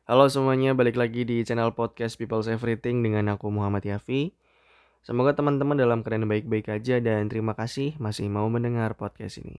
Halo semuanya, balik lagi di channel podcast People's Everything dengan aku Muhammad Yafi. Semoga teman-teman dalam keadaan baik-baik aja dan terima kasih masih mau mendengar podcast ini.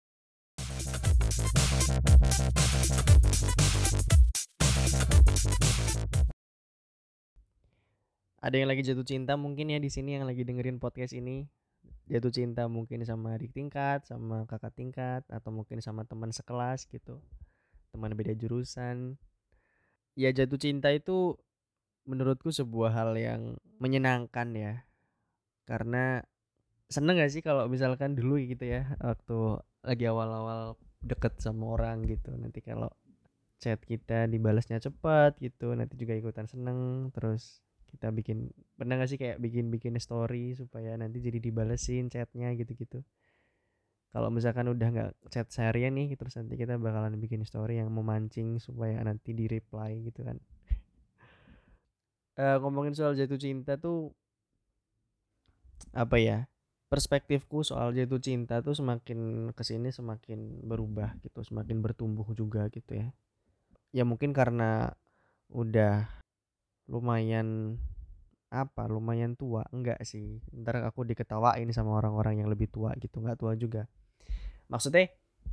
Ada yang lagi jatuh cinta mungkin ya di sini yang lagi dengerin podcast ini. Jatuh cinta mungkin sama adik tingkat, sama kakak tingkat, atau mungkin sama teman sekelas gitu. Teman beda jurusan. Ya jatuh cinta itu menurutku sebuah hal yang menyenangkan ya. Karena seneng gak sih kalau misalkan dulu gitu ya waktu lagi awal-awal deket sama orang gitu, nanti kalau chat kita dibalasnya cepat gitu nanti juga ikutan seneng. Terus kita bikin, pernah gak sih kayak bikin story supaya nanti jadi dibalesin chatnya gitu-gitu. Kalau misalkan udah nggak chat seharian nih terus nanti kita bakalan bikin story yang memancing supaya nanti di reply gitu kan. Ngomongin soal jatuh cinta tuh apa ya, perspektifku soal jatuh cinta tuh semakin kesini semakin berubah gitu, semakin bertumbuh juga gitu ya. Ya mungkin karena udah lumayan lumayan tua, enggak sih, ntar aku diketawain sama orang-orang yang lebih tua gitu, nggak tua juga maksudnya.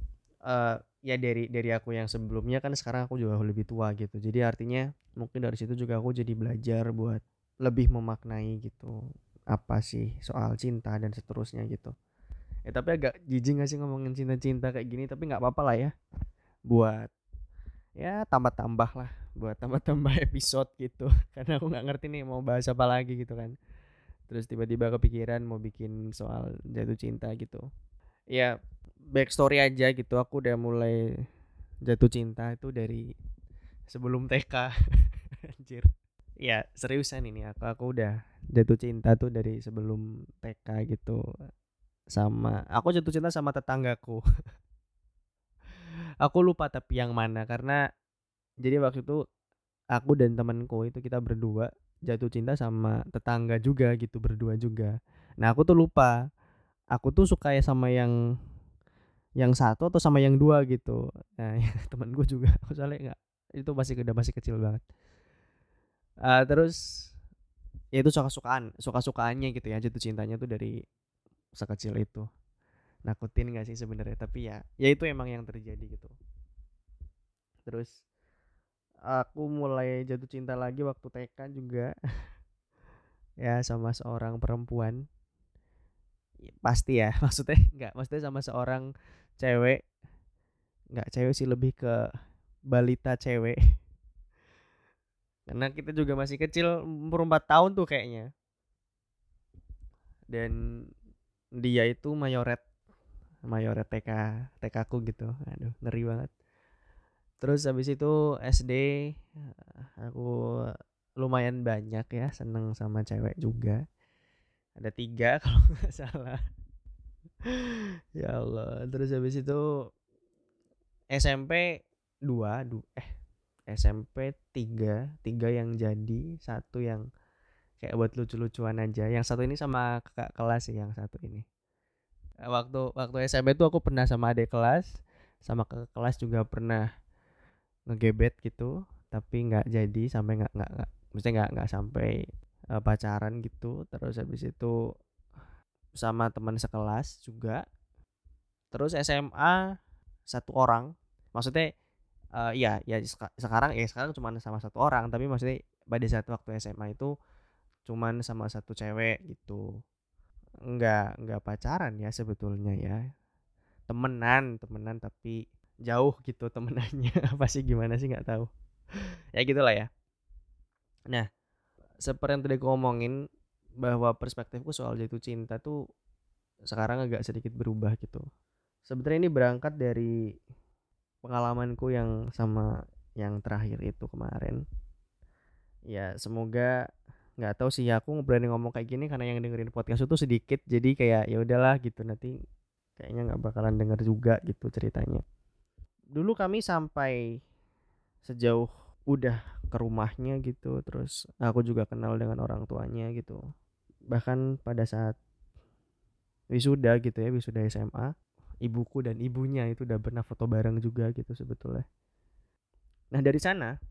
Ya dari aku yang sebelumnya kan sekarang aku juga lebih tua gitu, jadi artinya mungkin dari situ juga aku jadi belajar buat lebih memaknai gitu apa sih soal cinta dan seterusnya gitu. Tapi agak jijik gak sih ngomongin cinta-cinta kayak gini, tapi nggak apa-apa lah ya, buat ya tambah-tambah lah, buat tambah-tambah episode gitu. Karena aku nggak ngerti nih mau bahas apa lagi gitu kan, terus tiba-tiba kepikiran mau bikin soal jatuh cinta gitu. Ya backstory aja gitu, aku udah mulai jatuh cinta itu dari sebelum TK. Anjir, ya seriusan ini, aku udah jatuh cinta tuh dari sebelum TK gitu. Sama aku jatuh cinta sama tetanggaku. Aku lupa tapi yang mana, karena jadi waktu itu aku dan temanku itu kita berdua jatuh cinta sama tetangga juga gitu, berdua juga. Nah aku tuh lupa aku tuh suka ya sama yang satu atau sama yang dua gitu. Nah temanku juga, aku soalnya nggak, itu masih kecil banget. Terus ya itu suka-sukaannya gitu ya, jatuh cintanya tuh dari sekecil itu. Nakutin gak sih sebenarnya, tapi ya itu emang yang terjadi gitu. Terus aku mulai jatuh cinta lagi waktu TK juga. Ya sama seorang perempuan. Ya, pasti ya maksudnya, nggak maksudnya sama seorang cewek. Nggak cewek sih, lebih ke balita cewek. Karena kita juga masih kecil, umur 4 tahun tuh kayaknya. Dan dia itu mayoret, TK, aku gitu. Aduh ngeri banget. Terus habis itu SD, aku lumayan banyak ya seneng sama cewek juga. Ada 3 kalau nggak salah. Ya Allah. Terus habis itu SMP 2, SMP 3, 3 yang jadi, satu yang kayak buat lucu-lucuan aja. Yang satu ini sama kakak kelas sih, yang satu ini. Waktu waktu SMP tuh aku pernah sama adik kelas, sama kakak kelas juga pernah ngegebet gitu, tapi nggak jadi, sampai nggak maksudnya nggak sampai pacaran gitu. Terus habis itu sama teman sekelas juga. Terus SMA satu orang, maksudnya iya ya sekarang cuma sama satu orang, tapi maksudnya pada saat waktu SMA itu cuman sama satu cewek gitu. Nggak pacaran ya sebetulnya ya, temenan tapi jauh gitu temenannya. Apa sih, gimana sih, nggak tahu, ya gitulah ya. Nah, seperti yang tadi aku ngomongin, bahwa perspektifku soal jatuh cinta tuh sekarang agak sedikit berubah gitu. Sebenarnya ini berangkat dari pengalamanku yang sama yang terakhir itu kemarin. Ya semoga, nggak tahu sih ya, aku berani ngomong kayak gini karena yang dengerin podcast itu sedikit, jadi kayak ya udahlah gitu, nanti kayaknya nggak bakalan denger juga gitu ceritanya. Dulu kami sampai sejauh udah ke rumahnya gitu, terus aku juga kenal dengan orang tuanya gitu. Bahkan pada saat wisuda gitu ya, wisuda SMA, ibuku dan ibunya itu udah pernah foto bareng juga gitu sebetulnya. Nah dari sana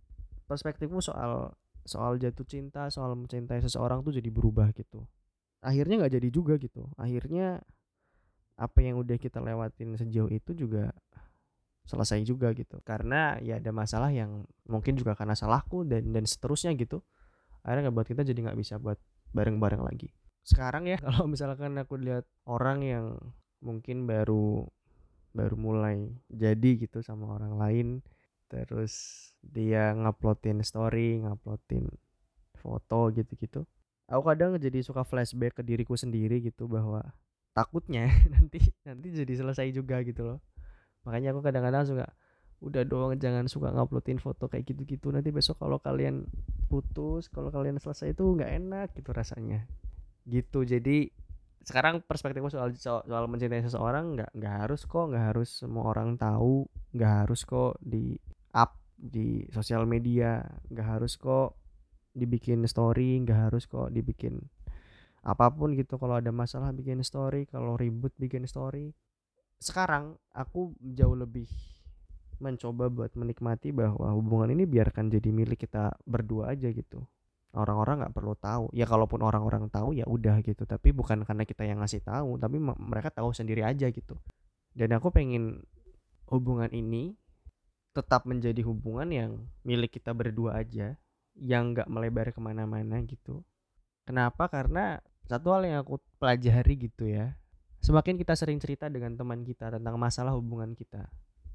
perspektifku soal soal jatuh cinta, soal mencintai seseorang tuh jadi berubah gitu. Akhirnya nggak jadi juga gitu. Akhirnya apa yang udah kita lewatin sejauh itu juga selesai juga gitu. Karena ya ada masalah yang mungkin juga karena salahku dan seterusnya gitu. Akhirnya nggak buat kita jadi nggak bisa buat bareng-bareng lagi. Sekarang ya kalau misalkan aku lihat orang yang mungkin baru baru mulai jadi gitu sama orang lain, terus dia nguploadin story, nguploadin foto gitu-gitu, aku kadang jadi suka flashback ke diriku sendiri gitu, bahwa takutnya nanti nanti jadi selesai juga gitu loh. Makanya aku kadang-kadang suka, udah dong jangan suka nguploadin foto kayak gitu-gitu, nanti besok kalau kalian putus, kalau kalian selesai itu nggak enak gitu rasanya gitu. Jadi sekarang perspektifku soal mencintai seseorang, nggak harus semua orang tahu, nggak harus kok di up di sosial media, nggak harus kok dibikin story, nggak harus kok dibikin apapun gitu. Kalau ada masalah bikin story, kalau ribut bikin story. Sekarang aku jauh lebih mencoba buat menikmati bahwa hubungan ini biarkan jadi milik kita berdua aja gitu. Orang-orang nggak perlu tahu. Ya kalaupun orang-orang tahu ya udah gitu. Tapi bukan karena kita yang ngasih tahu, tapi mereka tahu sendiri aja gitu. Dan aku pengen hubungan ini tetap menjadi hubungan yang milik kita berdua aja, yang nggak melebar kemana-mana gitu. Kenapa? Karena satu hal yang aku pelajari gitu ya, semakin kita sering cerita dengan teman kita tentang masalah hubungan kita,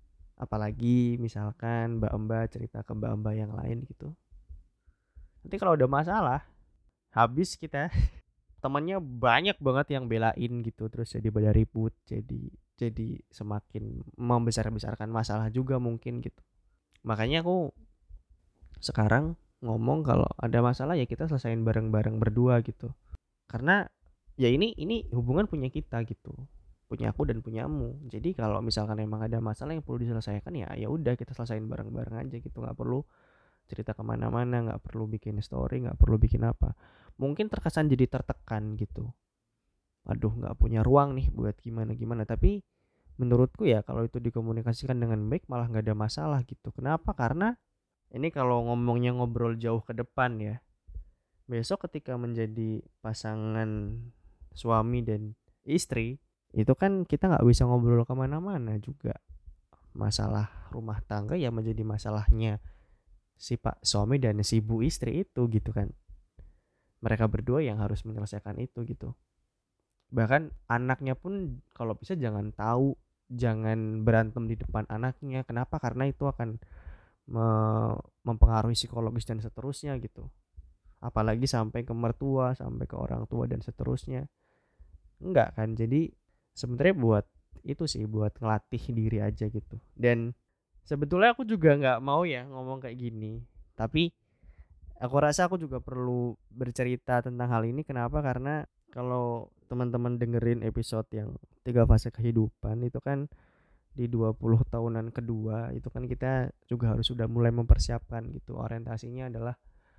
apalagi misalkan mbak-mbak cerita ke mbak-mbak yang lain gitu, nanti kalau udah masalah habis kita temannya banyak banget yang belain gitu, terus jadi pada ribut, jadi semakin membesar-besarkan masalah juga mungkin gitu. Makanya aku sekarang ngomong kalau ada masalah ya kita selesain bareng-bareng berdua gitu. Karena ya ini hubungan punya kita gitu, punya aku dan punyamu. Jadi kalau misalkan emang ada masalah yang perlu diselesaikan, ya udah kita selesain bareng-bareng aja gitu, nggak perlu cerita kemana-mana, nggak perlu bikin story, nggak perlu bikin apa. Mungkin terkesan jadi tertekan gitu, aduh nggak punya ruang nih buat gimana-gimana. Tapi menurutku ya kalau itu dikomunikasikan dengan baik malah nggak ada masalah gitu. Kenapa? Karena ini kalau ngomongnya ngobrol jauh ke depan ya, besok ketika menjadi pasangan suami dan istri, itu kan kita nggak bisa ngobrol kemana-mana juga. Masalah rumah tangga ya menjadi masalahnya si pak suami dan si bu istri itu gitu kan. Mereka berdua yang harus menyelesaikan itu gitu. Bahkan anaknya pun kalau bisa jangan tahu, jangan berantem di depan anaknya. Kenapa? Karena itu akan mempengaruhi psikologis dan seterusnya gitu. Apalagi sampai ke mertua, sampai ke orang tua dan seterusnya. Enggak kan. Jadi sebenarnya buat itu sih, buat ngelatih diri aja gitu. Dan sebetulnya aku juga nggak mau ya ngomong kayak gini, tapi aku rasa aku juga perlu bercerita tentang hal ini. Kenapa? Karena kalau teman-teman dengerin episode yang 3 fase kehidupan itu kan di 20 tahunan kedua itu kan kita juga harus sudah mulai mempersiapkan gitu. Orientasinya adalah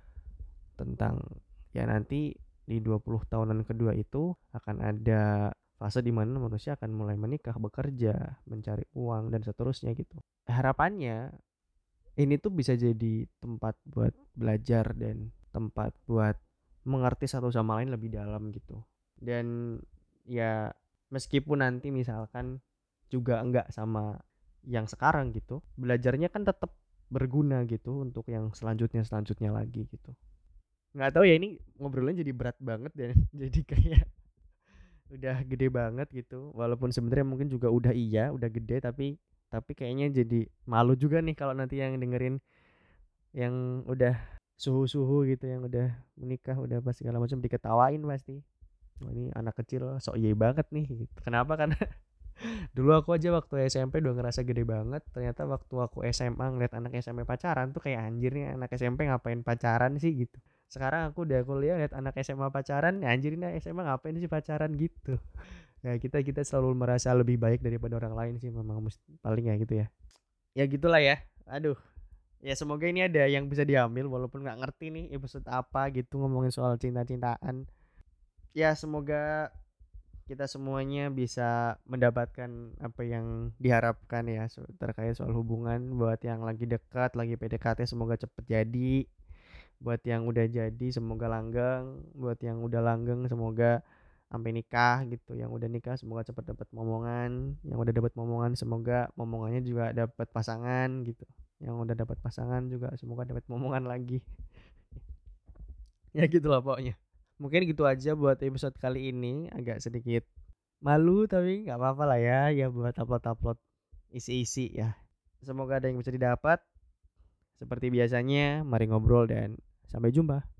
tentang ya nanti di 20 tahunan kedua itu akan ada fase di mana manusia akan mulai menikah, bekerja, mencari uang dan seterusnya gitu. Harapannya ini tuh bisa jadi tempat buat belajar dan tempat buat mengerti satu sama lain lebih dalam gitu. Dan ya meskipun nanti misalkan juga enggak sama yang sekarang gitu, belajarnya kan tetap berguna gitu untuk yang selanjutnya lagi gitu. Nggak tahu ya, ini ngobrolnya jadi berat banget dan jadi kayak udah gede banget gitu. Walaupun sebenarnya mungkin juga udah gede, tapi kayaknya jadi malu juga nih kalau nanti yang dengerin yang udah suhu-suhu gitu, yang udah menikah, udah pas segala macam diketawain pasti. Wah, ini anak kecil sok iya banget nih gitu. Kenapa? Karena dulu aku aja waktu SMP udah ngerasa gede banget. Ternyata waktu aku SMA ngeliat anak SMP pacaran tuh kayak anjir nih anak SMP ngapain pacaran sih gitu. Sekarang aku udah kuliah lihat anak SMA pacaran, ya anjir ini SMA ngapain sih pacaran gitu. Ya kita selalu merasa lebih baik daripada orang lain sih, memang paling ya gitu ya. Ya gitulah ya. Aduh. Ya semoga ini ada yang bisa diambil walaupun nggak ngerti nih episode apa gitu ngomongin soal cinta-cintaan. Ya semoga kita semuanya bisa mendapatkan apa yang diharapkan ya terkait soal hubungan. Buat yang lagi dekat, lagi PDKT semoga cepet jadi. Buat yang udah jadi semoga langgeng. Buat yang udah langgeng semoga sampai nikah gitu. Yang udah nikah semoga cepet dapat momongan. Yang udah dapat momongan semoga momongannya juga dapat pasangan gitu. Yang udah dapat pasangan juga semoga dapat momongan lagi. Ya gitu lah pokoknya. Mungkin gitu aja buat episode kali ini, agak sedikit malu tapi nggak apa-apa lah ya, ya buat upload-upload isi-isi ya. Semoga ada yang bisa didapat. Seperti biasanya, mari ngobrol dan sampai jumpa.